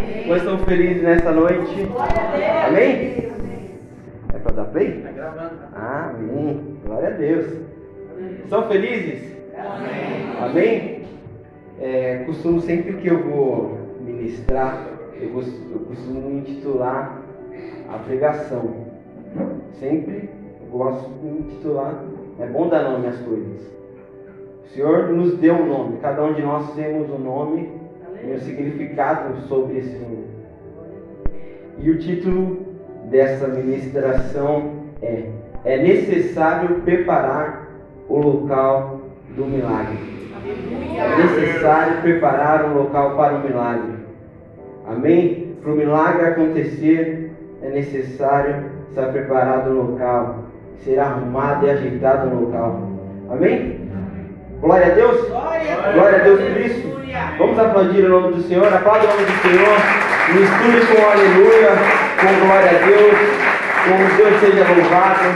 Quantos estão felizes nessa noite? Amém? É para dar play? Amém. Glória a Deus. Estão felizes? Amém? Costumo sempre que eu vou ministrar, eu costumo intitular a pregação. Sempre eu gosto de intitular. É bom dar nome às coisas. O Senhor nos deu um nome. Cada um de nós temos um nome e um significado sobre esse nome. E o título dessa ministração é necessário preparar o local do milagre. É necessário preparar um local para o milagre. Amém? Para o milagre acontecer, é necessário estar preparado o local, ser arrumado e ajeitado no local. Amém? Glória a Deus! Glória a Deus por isso! Vamos aplaudir o nome do Senhor, aplauda o nome do Senhor, misture com aleluia, com glória a Deus, com Deus seja louvado.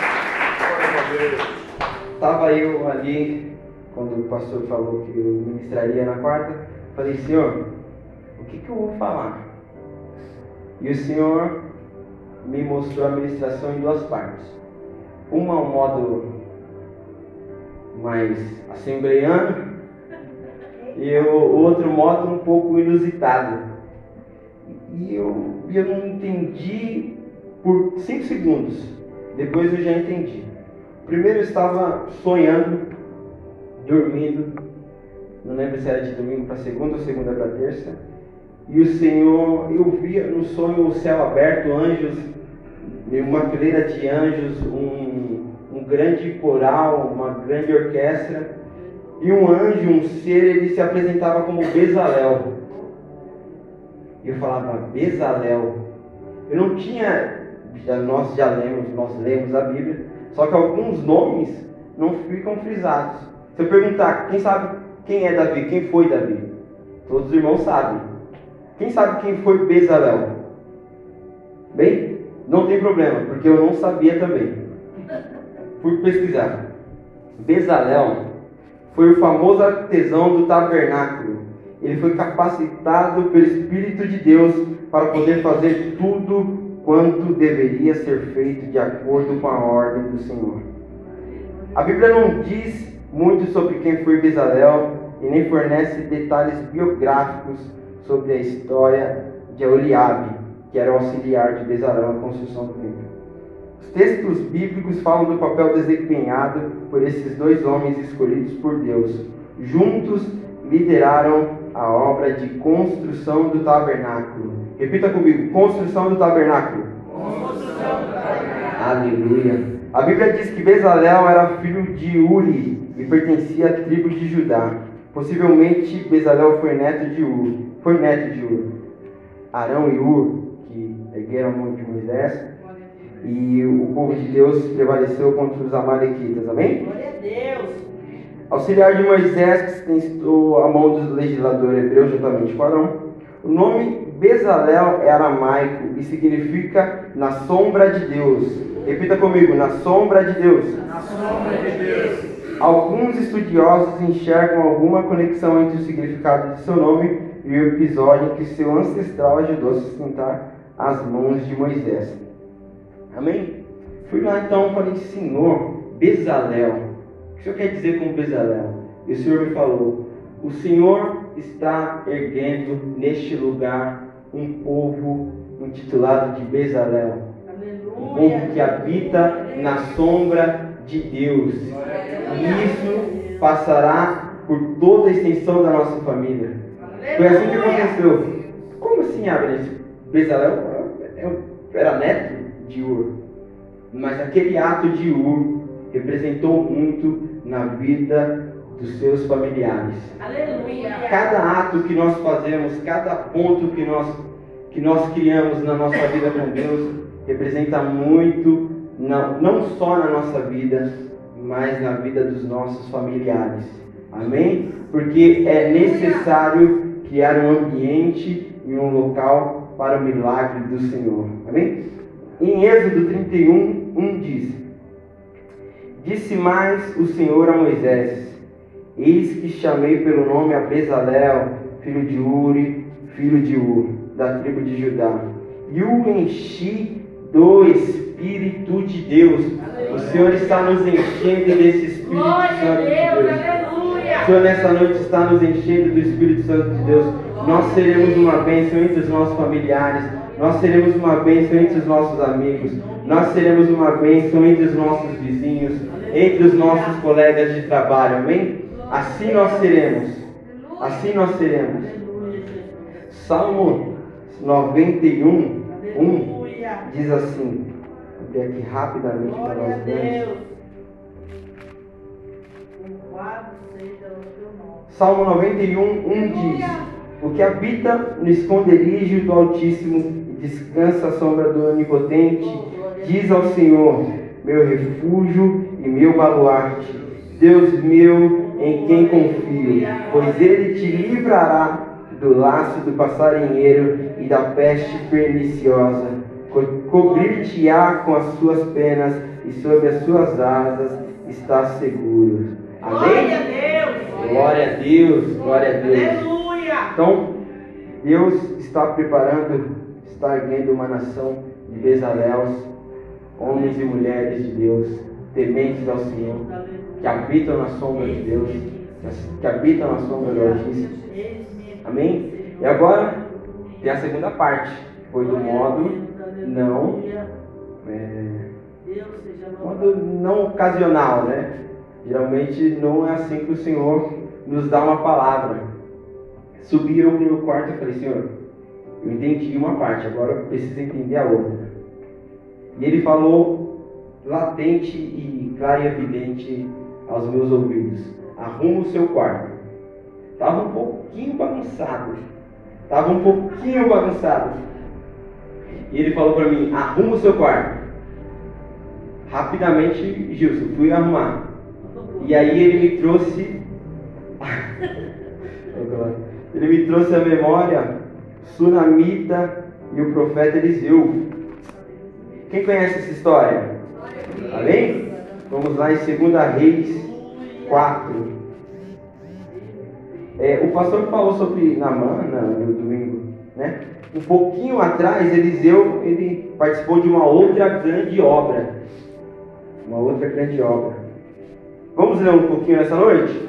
Estava eu ali, quando o pastor falou que eu ministraria na quarta, falei, Senhor, o que eu vou falar? E o Senhor me mostrou a ministração em duas partes. Uma ao modo mais assembleiano e o outro modo um pouco inusitado. E eu não entendi por 5 segundos. Depois eu já entendi. Primeiro eu estava sonhando, dormindo. Não lembro se era de domingo para segunda ou segunda para terça. E o Senhor, eu via no sonho o céu aberto, anjos, uma fileira de anjos, um grande coral, uma grande orquestra. E um anjo, um ser, ele se apresentava como Bezalel. E eu falava, Bezalel. Eu não tinha, nós lemos a Bíblia, só que alguns nomes não ficam frisados. Se eu perguntar, quem sabe quem é Davi? Quem foi Davi? Todos os irmãos sabem. Quem sabe quem foi Bezalel? Bem, não tem problema, porque eu não sabia também. Fui pesquisar. Bezalel foi o famoso artesão do tabernáculo. Ele foi capacitado pelo Espírito de Deus para poder fazer tudo quanto deveria ser feito de acordo com a ordem do Senhor. A Bíblia não diz muito sobre quem foi Bezalel e nem fornece detalhes biográficos sobre a história de Eliabe, que era o auxiliar de Bezalel na construção do templo. Os textos bíblicos falam do papel desempenhado por esses dois homens escolhidos por Deus. Juntos lideraram a obra de construção do tabernáculo. Repita comigo, construção do tabernáculo. Construção do tabernáculo. Aleluia. A Bíblia diz que Bezalel era filho de Uri e pertencia à tribo de Judá. Possivelmente Bezalel foi neto de Ur. Arão e Ur, que ergueram a mão de Moisés, e o povo de Deus prevaleceu contra os amalequitas. Amém? Glória a Deus! Auxiliar de Moisés, que tentou a mão do legislador hebreu juntamente com Arão. O nome Bezalel é aramaico e significa na sombra de Deus. Repita comigo, na sombra de Deus. Na sombra de Deus. Alguns estudiosos enxergam alguma conexão entre o significado de seu nome e o episódio em que seu ancestral ajudou a sustentar as mãos de Moisés. Amém? Fui lá então e falei, Senhor, Bezalel, o que o Senhor quer dizer com Bezalel? E o Senhor me falou, o Senhor está erguendo neste lugar um povo intitulado de Bezalel. Um povo que habita na sombra de Deus. E isso passará por toda a extensão da nossa família. Foi assim que aconteceu. Como assim, Abner? Bezalel era neto de Ur. Mas aquele ato de Ur representou muito na vida dos seus familiares. Aleluia. Cada ato que nós fazemos, cada ponto que nós criamos na nossa vida com Deus, representa muito, não só na nossa vida, mas na vida dos nossos familiares. Amém? Porque é necessário criar um ambiente e um local para o milagre do Senhor. Amém? Em Êxodo 31, diz: Disse mais o Senhor a Moisés: Eis que chamei pelo nome a Bezalel, filho de Uri, filho de Ur, da tribo de Judá. E o enchi do Espírito de Deus. O Senhor está nos enchendo desse Espírito Santo de Deus. O Senhor nessa noite está nos enchendo do Espírito Santo de Deus. Nós seremos uma bênção entre os nossos familiares. Nós seremos uma bênção entre os nossos amigos. Nós seremos uma bênção entre os nossos vizinhos, entre os nossos colegas de trabalho. Amém? Assim nós seremos. Assim nós seremos. Salmo 91, 1 diz assim. Vou ver aqui rapidamente para nós vermos. Salmo 91, 1 diz: o que habita no esconderijo do Altíssimo e descansa à sombra do Onipotente, diz ao Senhor, meu refúgio e meu baluarte, Deus meu em quem confio, pois Ele te livrará do laço do passarinheiro e da peste perniciosa. Cobrir-te-á com as suas penas e sob as suas asas estás seguro. Amém? Glória a Deus, glória a Deus. Aleluia. Então, Deus está preparando, está erguendo uma nação de Bezaléus, homens e mulheres de Deus, tementes ao Senhor, que habitam na sombra de Deus, que habitam na sombra do Altíssimo. Amém? E agora tem a segunda parte, foi do modo não ocasional, né? Geralmente não é assim que o Senhor nos dá uma palavra. Subi eu para o meu quarto e falei, Senhor, eu entendi uma parte, agora eu preciso entender a outra. E Ele falou latente e claro e evidente aos meus ouvidos: arruma o seu quarto. Estava um pouquinho bagunçado. E Ele falou para mim: arruma o seu quarto. Rapidamente, Gilson, fui arrumar. E aí Ele me trouxe a memória Sunamita e o profeta Eliseu. Quem conhece essa história? Amém? Vamos lá em 2 Reis 4. O pastor falou sobre Naamã no domingo, né? Um pouquinho atrás, Eliseu, ele participou de uma outra grande obra. Vamos ler um pouquinho nessa noite?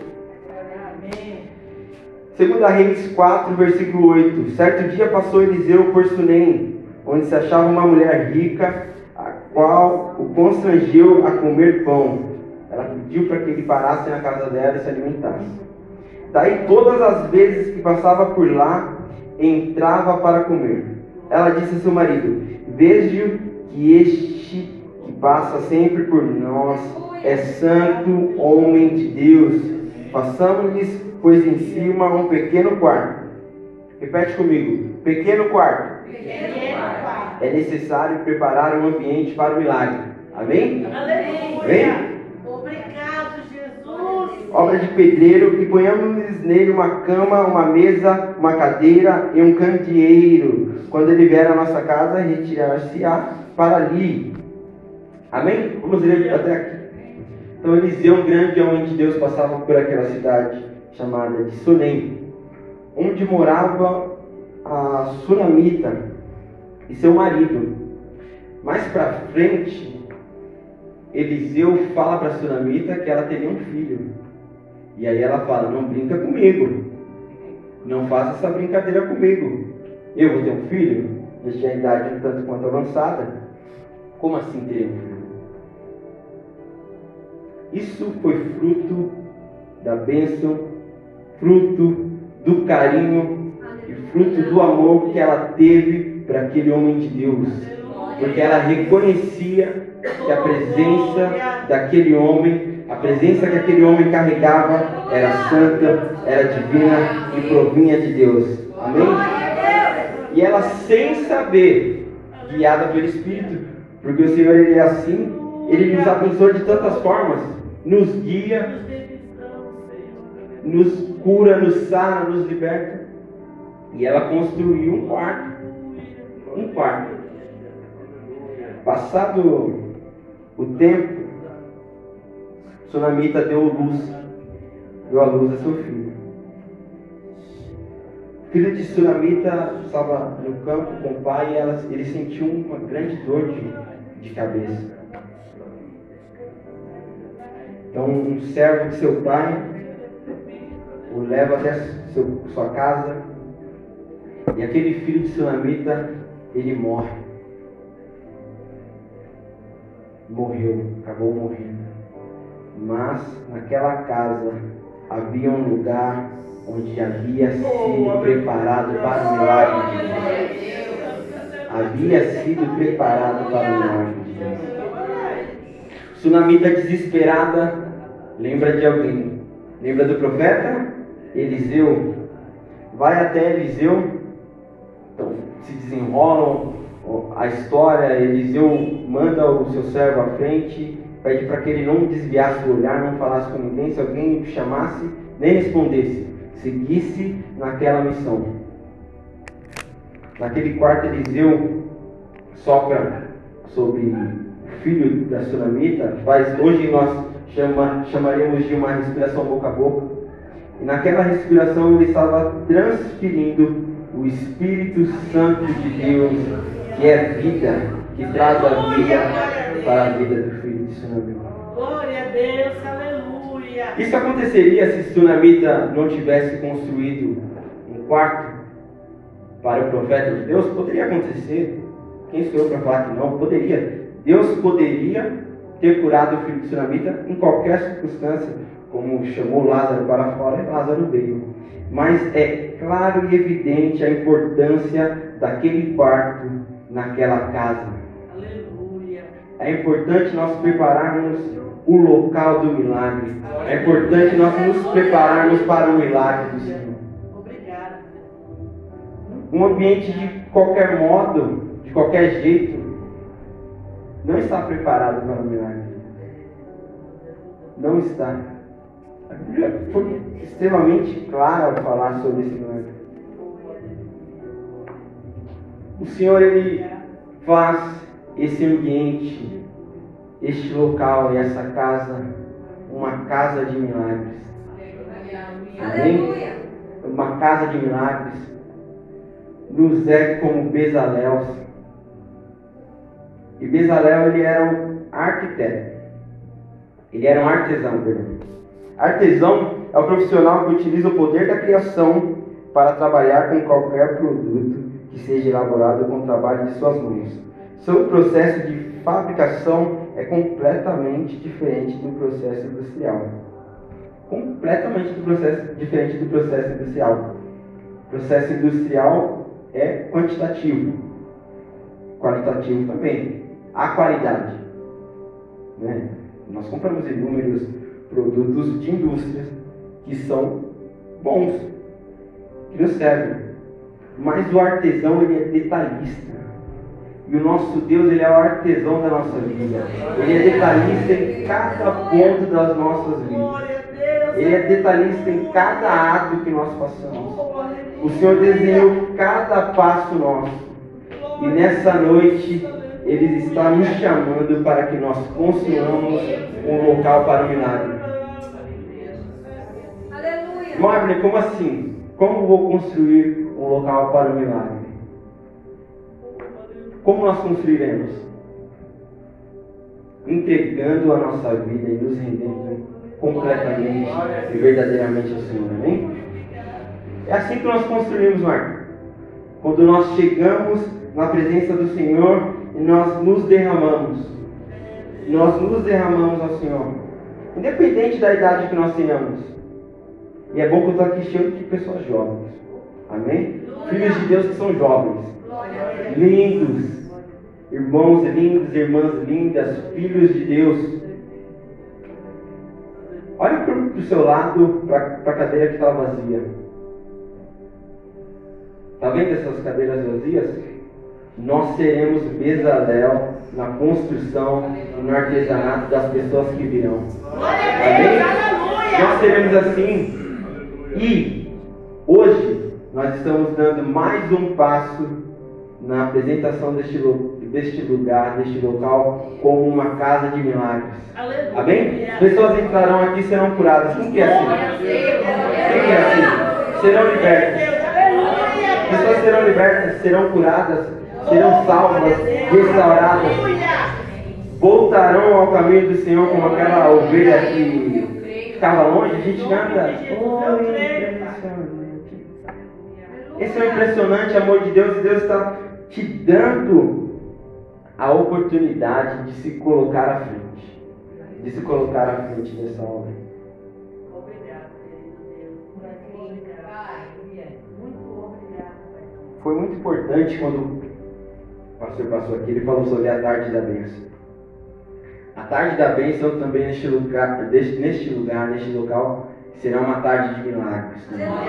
2 Reis 4, versículo 8. Certo dia passou Eliseu por Sunem, onde se achava uma mulher rica, a qual o constrangeu a comer pão. Ela pediu para que ele parasse na casa dela e se alimentasse. Daí todas as vezes que passava por lá, entrava para comer. Ela disse a seu marido: vejo que este que passa sempre por nós é santo homem de Deus. Façamos-lhes, pois, em cima um pequeno quarto. Repete comigo: pequeno quarto. É necessário preparar um ambiente para o milagre. Amém? Amém? Obrigado, Jesus. Obra de pedreiro, e ponhamos nele uma cama, uma mesa, uma cadeira e um candeeiro. Quando ele vier à nossa casa, retirar-se-á para ali. Amém? Vamos ler até aqui. Então Eliseu, um grande homem de Deus, passava por aquela cidade chamada de Sunem, onde morava a Sunamita e seu marido. Mais para frente, Eliseu fala para a Sunamita que ela teria um filho. E aí ela fala: não brinca comigo, não faça essa brincadeira comigo. Eu vou ter um filho? Já tinha a idade um tanto quanto avançada. Como assim ter um filho? Isso foi fruto da bênção, fruto do carinho e fruto do amor que ela teve para aquele homem de Deus. Porque ela reconhecia que a presença daquele homem, a presença que aquele homem carregava era santa, era divina e provinha de Deus. Amém? E ela, sem saber, guiada pelo Espírito, porque o Senhor, Ele é assim, Ele nos abençoa de tantas formas, nos guia, nos cura, nos sana, nos liberta. E ela construiu um quarto. Passado o tempo, Sunamita deu à luz a seu filho. filho de Sunamita estava no campo com o pai e ele sentiu uma grande dor de cabeça. Então um servo de seu pai o leva até sua casa e aquele filho de Sunamita, ele morreu, acabou morrendo. Mas naquela casa havia um lugar onde havia sido preparado para o milagre de Deus. Havia sido preparado para o milagre de Deus. Sunamita desesperada, lembra de alguém? Lembra do profeta? Eliseu. Vai até Eliseu. Então, se desenrolam a história. Eliseu manda o seu servo à frente, pede para que ele não desviasse o olhar, não falasse com ninguém. Se alguém o chamasse, nem respondesse, seguisse naquela missão. Naquele quarto, Eliseu sopra sobre o filho da Sunamita. Hoje nós chamaremos de uma respiração boca a boca. E naquela respiração ele estava transferindo o Espírito Santo de Deus, que é vida, que traz a vida para a vida do filho de Sunamita. Glória a Deus, aleluia. Isso aconteceria se Sunamita não tivesse construído um quarto para o profeta de Deus? Poderia acontecer. Quem sou eu para falar que não? Poderia. Deus poderia ter curado o filho de Sunamita em qualquer circunstância, como chamou Lázaro para fora e Lázaro veio. Mas é claro e evidente a importância daquele quarto naquela casa. Aleluia. É importante nós prepararmos o local do milagre. É importante nós nos prepararmos para o milagre do Senhor. Obrigada. Um ambiente de qualquer modo, de qualquer jeito, não está preparado para o milagre. Não está. A Bíblia foi extremamente clara ao falar sobre esse milagre. O Senhor, Ele faz esse ambiente, este local e essa casa, uma casa de milagres. Amém? Uma casa de milagres. Nos é como Bezalel. E Bezalel, ele era um arquiteto. Ele era um artesão, perdão. Artesão é o profissional que utiliza o poder da criação para trabalhar com qualquer produto que seja elaborado com o trabalho de suas mãos. Seu processo de fabricação é completamente diferente do processo industrial. Completamente diferente do processo industrial. O processo industrial é quantitativo. Qualitativo também. A qualidade. Né? Nós compramos inúmeros produtos de indústria que são bons, que nos servem. Mas o artesão, ele é detalhista. E o nosso Deus, ele é o artesão da nossa vida. Ele é detalhista em cada ponto das nossas vidas. Ele é detalhista em cada ato que nós passamos. O Senhor desenhou cada passo nosso. E nessa noite, Ele está nos chamando para que nós construamos um local para o milagre. Aleluia. Marlene, como assim? Como vou construir um local para o milagre? Como nós construiremos? Entregando a nossa vida e nos rendendo completamente e verdadeiramente ao Senhor, amém? É assim que nós construímos, Marco. Quando nós chegamos na presença do Senhor e nós nos derramamos. Nós nos derramamos ao Senhor. Independente da idade que nós tenhamos. E é bom que eu estou aqui cheio de pessoas jovens. Amém? Filhos de Deus que são jovens. Lindos. Irmãos lindos, irmãs lindas, filhos de Deus. Olha para o seu lado, para a cadeira que está vazia. Está vendo essas cadeiras vazias? Nós seremos Bezalel na construção e no artesanato das pessoas que virão. Amém? Nós seremos assim. E hoje nós estamos dando mais um passo na apresentação deste lugar, deste local, como uma casa de milagres. Amém? As pessoas entrarão aqui e serão curadas. Quem que é assim? Quem que é assim? Serão libertos. Pessoas serão libertas, serão curadas, serão salvas, restauradas. Voltarão ao caminho do Senhor como aquela ovelha que ficava longe. A gente canta. Esse é o impressionante amor de Deus. E Deus está te dando a oportunidade de se colocar à frente. De se colocar à frente dessa obra. Foi muito importante quando o pastor passou aqui, ele falou sobre a tarde da bênção. A tarde da bênção também neste local, será uma tarde de milagres.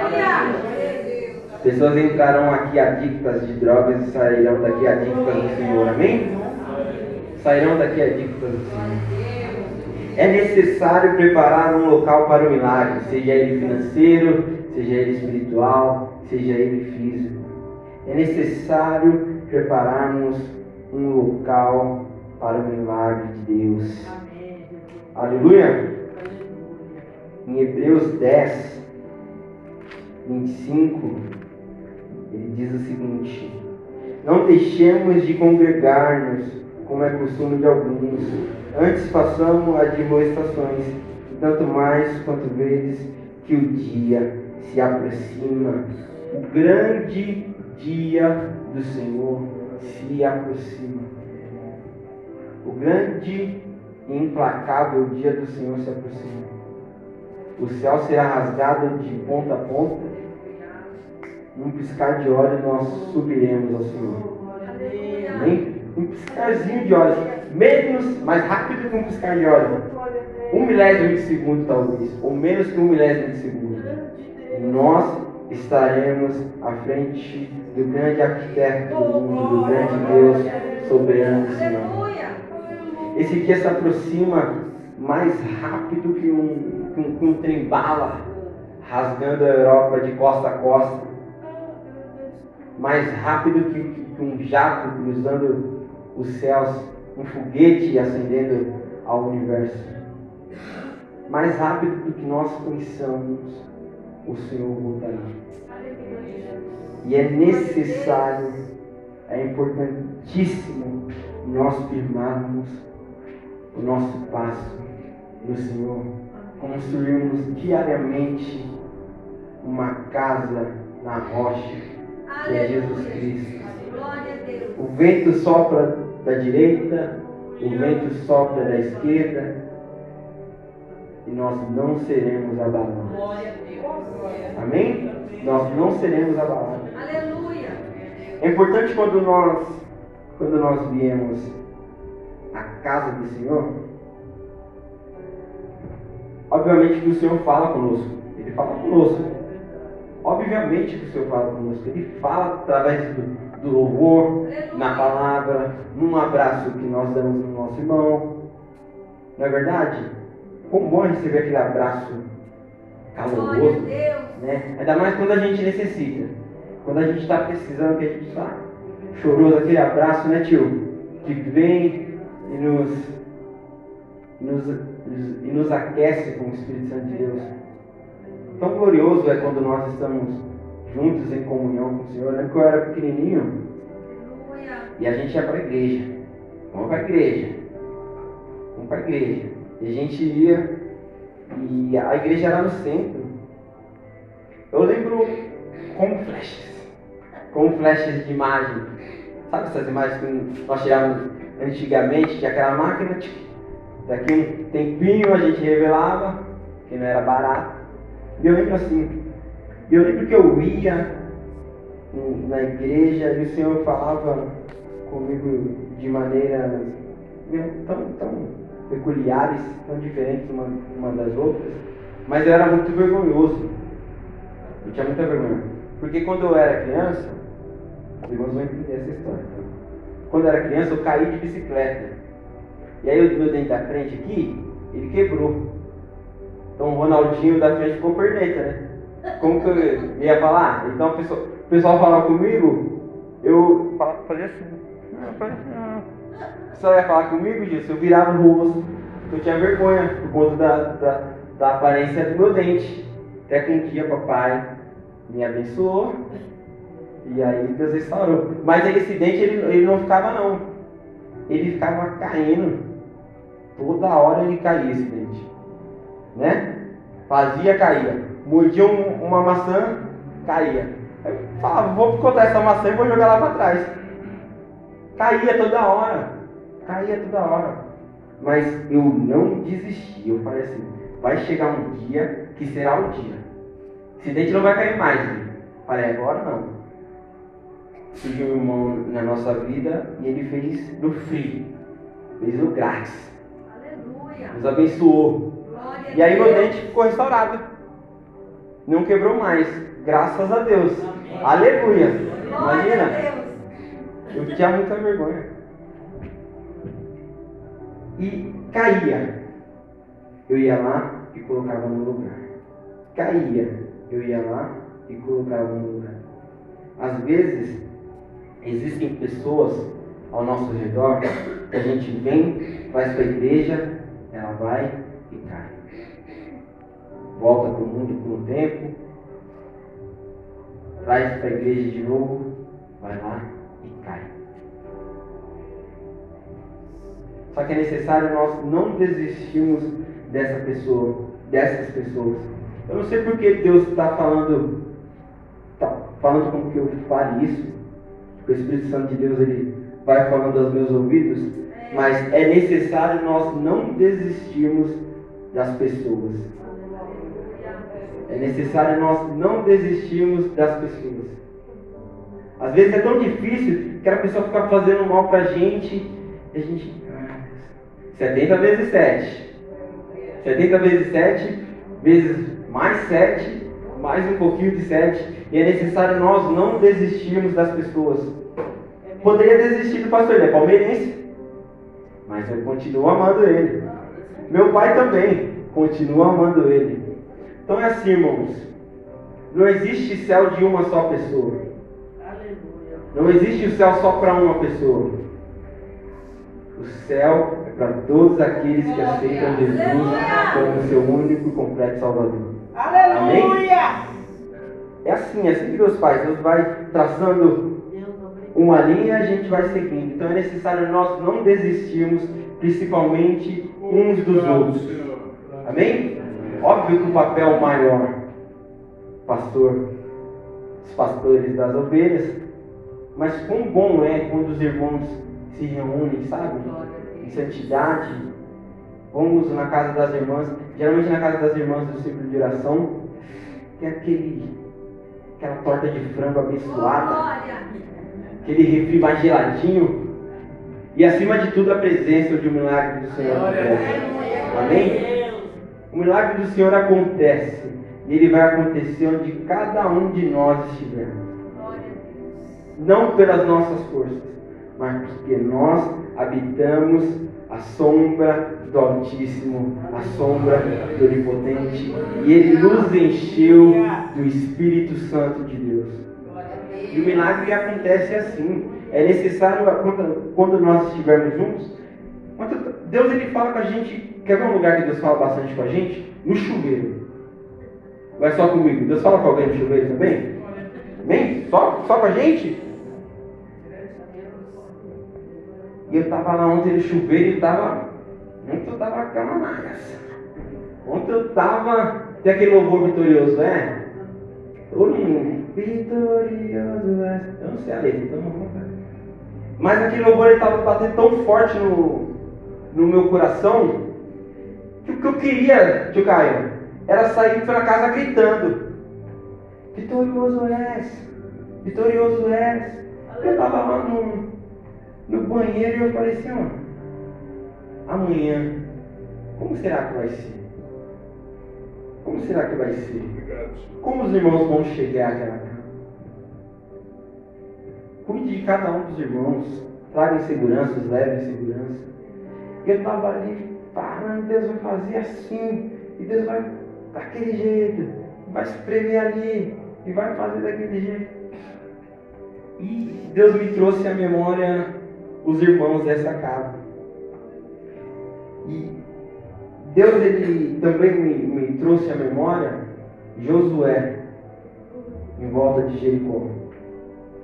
Pessoas entrarão aqui adictas de drogas e sairão daqui adictas do Senhor. Amém? Sairão daqui adictas do Senhor. É necessário preparar um local para o milagre, seja ele financeiro, seja ele espiritual, seja ele físico. É necessário prepararmos um local para o milagre de Deus. Amém. Aleluia. Em Hebreus 10, 25, ele diz o seguinte: não deixemos de congregar-nos, como é costume de alguns, antes façamos admoestações, tanto mais quanto vezes que o dia se aproxima. O grande dia do Senhor se aproxima. O grande e implacável dia do Senhor se aproxima. O céu será rasgado de ponta a ponta. Num piscar de olhos nós subiremos ao Senhor. Amém? Um piscarzinho de olhos. Mais rápido que um piscar de olhos. 1/1000 de segundo talvez. Ou menos que 1/1000 de segundo. Nós estaremos à frente do grande arquiteto do mundo, do grande Deus soberano do Senhor. Esse dia se aproxima mais rápido que um trem-bala rasgando a Europa de costa a costa. Mais rápido que um jato cruzando os céus, um foguete ascendendo ao universo. Mais rápido do que nós pensamos, o Senhor voltará. E é necessário, é importantíssimo nós firmarmos o nosso passo no Senhor, construirmos diariamente uma casa na rocha, que é Jesus Cristo. O vento sopra da direita, o vento sopra da esquerda, e nós não seremos abalados. Amém? Nós não seremos abalados. Aleluia. É importante quando nós viemos à casa do Senhor, obviamente que o Senhor fala conosco. Ele fala conosco. Obviamente que o Senhor fala conosco. Ele fala através do louvor, na palavra, num abraço que nós damos no nosso irmão. Não é verdade? Como bom receber aquele abraço caloroso, né? Ainda mais quando a gente necessita. Quando a gente está precisando, que a gente está choroso, aquele abraço, né, tio? Que vem e nos aquece com o Espírito Santo de Deus. Tão glorioso é quando nós estamos juntos em comunhão com o Senhor. Eu lembro que eu era pequenininho e a gente ia para a igreja. Vamos para a igreja. E a gente ia, e a igreja era no centro. Eu lembro como flashes de imagem. Sabe essas imagens que nós tirávamos antigamente, de aquela máquina? Daqui um tempinho a gente revelava, que não era barato. E eu lembro assim, eu lembro que eu ia na igreja e o Senhor falava comigo de maneiras tão peculiares, tão diferentes uma das outras, mas eu era muito vergonhoso. Eu tinha muita vergonha. Porque quando eu era criança, os irmãos vão entender essa história. Quando eu era criança, eu caí de bicicleta. E aí o meu dente da frente aqui, ele quebrou. Então o Ronaldinho da frente ficou perneta, né? Como que eu ia falar? Então o pessoal falava comigo, eu fazia assim. O pessoal ia falar comigo disso, eu virava o rosto. Eu tinha vergonha por conta da aparência do meu dente. Até que um dia papai me abençoou E aí Deus restaurou. Mas esse dente ele não ficava não. Ele ficava caindo. Toda hora ele caía esse dente. Né? Fazia, caía. Mordia uma maçã, caía. Eu falava, vou cortar essa maçã e vou jogar lá para trás. Caía toda hora. Caía toda hora. Mas eu não desisti. Eu falei assim, vai chegar um dia que será o dia. Esse dente não vai cair mais. Né? Falei, agora não. Surgiu um irmão na nossa vida e ele fez no free. Fez no grátis. Aleluia. Nos abençoou. Glória E aí a meu Deus. dente ficou restaurado. Não quebrou mais. Graças a Deus. Amém. Aleluia. Glória a Imagina. Deus. Eu tinha muita vergonha. E caía. Eu ia lá e colocava no lugar. Caía. Eu ia lá e colocava no lugar. Às vezes, existem pessoas ao nosso redor que a gente vem, vai para a igreja, ela vai e cai. Volta para o mundo por um tempo, traz para a igreja de novo, vai lá e cai. Só que é necessário nós não desistirmos dessas pessoas. Eu não sei porque Deus está falando com que eu fale isso, porque o Espírito Santo de Deus ele vai falando aos meus ouvidos, mas é necessário nós não desistirmos das pessoas. É necessário nós não desistirmos das pessoas. Às vezes é tão difícil que a pessoa fica fazendo mal pra gente, e a gente 70 vezes 7. 70 vezes 7 vezes mais 7, mais um pouquinho de 7. E é necessário nós não desistirmos das pessoas. Poderia desistir do pastor, ele é palmeirense, mas eu continuo amando ele. Meu pai também, continuo amando ele. Então é assim, irmãos. Não existe céu de uma só pessoa. Aleluia. Não existe o céu só para uma pessoa. O céu é para todos aqueles que aceitam Jesus como seu único e completo Salvador. Aleluia. É assim que Deus faz. Deus vai traçando Deus, obrigado. uma linha e a gente vai seguindo. Então é necessário nós não desistirmos, principalmente uns dos outros. Amém? Óbvio que o papel maior, pastor, os pastores das ovelhas, mas quão bom é quando os irmãos se reúnem, sabe? Em santidade. Vamos na casa das irmãs, geralmente na casa das irmãs do círculo de oração, tem aquela torta de frango abençoada, Glória. aquele refri mais geladinho, e acima de tudo a presença de um milagre do Senhor acontece. Amém? O milagre do Senhor acontece, e ele vai acontecer onde cada um de nós estiver. Glória a Deus. Não pelas nossas forças, mas porque nós habitamos a sombra do Altíssimo, a sombra do Onipotente, e Ele nos encheu do Espírito Santo de Deus. E o milagre acontece assim. É necessário, quando nós estivermos juntos, Deus ele fala com a gente. Quer ver um lugar que Deus fala bastante com a gente? No chuveiro. Vai só comigo. Deus fala com alguém no chuveiro também? Amém? Só com a gente? E eu estava lá ontem no chuveiro e ontem eu estava camanacas. Ontem eu estava. Tem aquele louvor vitorioso, é? Todo mundo. Vitorioso é. Eu não sei a letra, então não vou cantar. Mas aquele louvor estava batendo tão forte no meu coração que o que eu queria, tio Caio, era sair pela casa gritando: Vitorioso és! Vitorioso és! Eu estava lá no banheiro e eu falei assim: ó, amanhã, como será que vai ser? Como será que vai ser? Como os irmãos vão chegar àquela casa? Cuide de cada um dos irmãos, traga segurança, os leve em segurança. E eu estava ali falando: Deus vai fazer assim, e Deus vai daquele jeito, vai se prever ali, e vai fazer daquele jeito. E Deus me trouxe à memória os irmãos dessa casa. E Deus ele também me trouxe à memória Josué em volta de Jericó.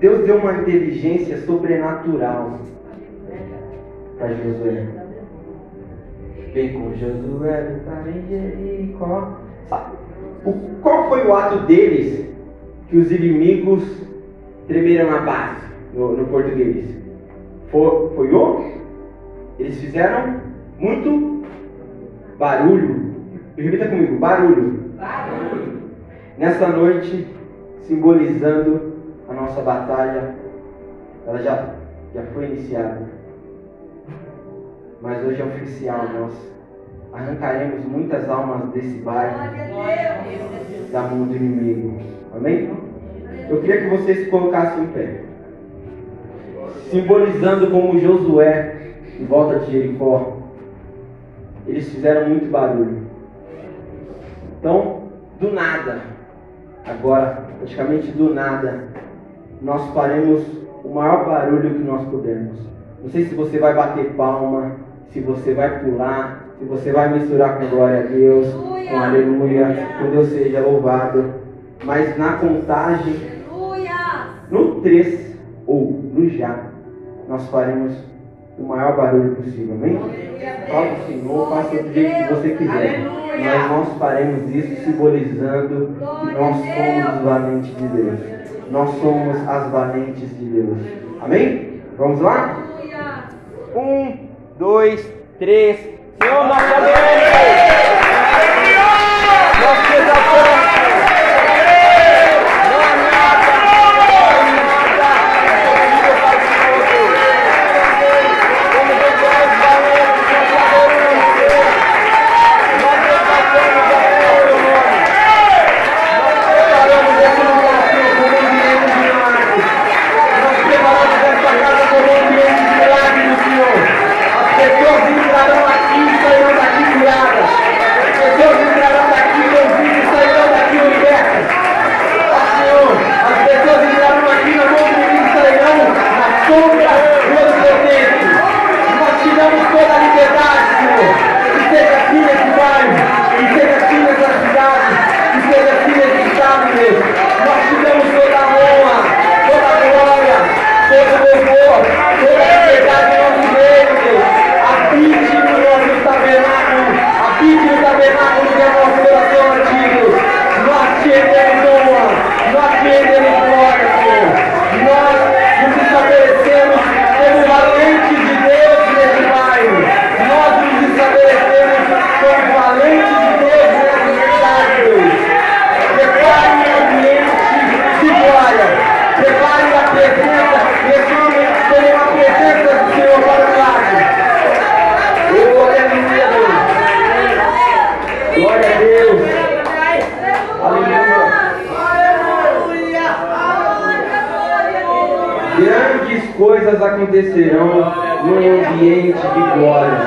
Deus deu uma inteligência sobrenatural para Josué. Vem com Josué, tá em Jericó. Qual foi o ato deles que os inimigos tremeram na base, no português? Foi o? Eles fizeram muito barulho. Repita comigo, barulho. Barulho. Nessa noite, simbolizando a nossa batalha, ela já foi iniciada. Mas hoje é oficial, nós arrancaremos muitas almas desse bairro da mão do inimigo. Amém? Eu queria que vocês se colocassem em pé, simbolizando como Josué em volta de Jericó. Eles fizeram muito barulho. Então, do nada, agora, praticamente do nada, nós faremos o maior barulho que nós pudermos. Não sei se você vai bater palma, se você vai pular, se você vai misturar com glória a Deus, com aleluia, com Deus seja louvado. Mas na contagem, no 3 ou no já, nós faremos o maior barulho possível, amém? Fala o Senhor, faça do jeito que você quiser. Mas nós faremos isso simbolizando que nós somos os valentes de Deus. Nós somos as valentes de Deus. Amém? Vamos lá? 1, 2, 3. Senhor, nós amamos. Nós te exaltamos. Coisas acontecerão num ambiente de glória.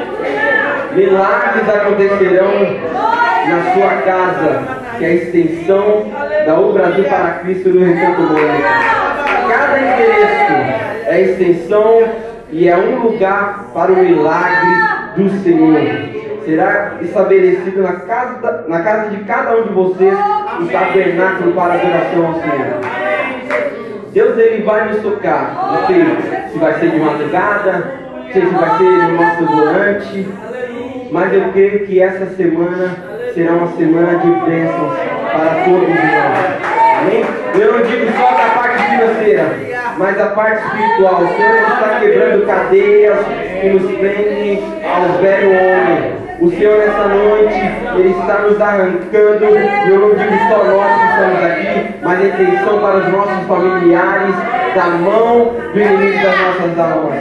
Milagres acontecerão na sua casa, que é a extensão da O Brasil para Cristo no Recanto Mônica. Cada endereço é a extensão e é um lugar para o milagre do Senhor. Será estabelecido na casa de cada um de vocês o tabernáculo para adoração ao Senhor. Deus, Ele vai nos tocar. Não sei se vai ser de madrugada, não sei se vai ser no nosso volante, mas eu creio que essa semana será uma semana de bênçãos para todos nós. Amém? Eu não digo só da parte financeira, mas da parte espiritual. O Senhor está quebrando cadeias que nos prendem ao velho homem. O Senhor nessa noite, Ele está nos arrancando, e eu não digo só nós que estamos aqui, mas a intenção para os nossos familiares, da mão do inimigo das nossas almas.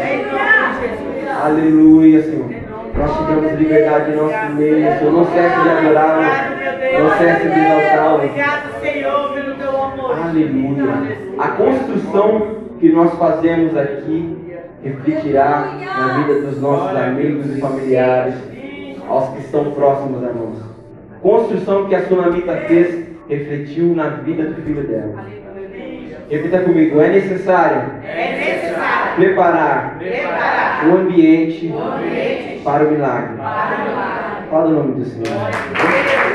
Aleluia, Senhor. Nós te damos liberdade em nosso meio, Senhor. Não cesse de adorá-lo, não cesse de exaltá-lo. Obrigado, Senhor, pelo teu amor. Aleluia. A construção que nós fazemos aqui refletirá na vida dos nossos amigos e familiares, aos que estão próximos a nós. Construção que a sunamita fez refletiu na vida do filho dela. Repita comigo, é necessário preparar o ambiente para o milagre. Fala o nome do Senhor.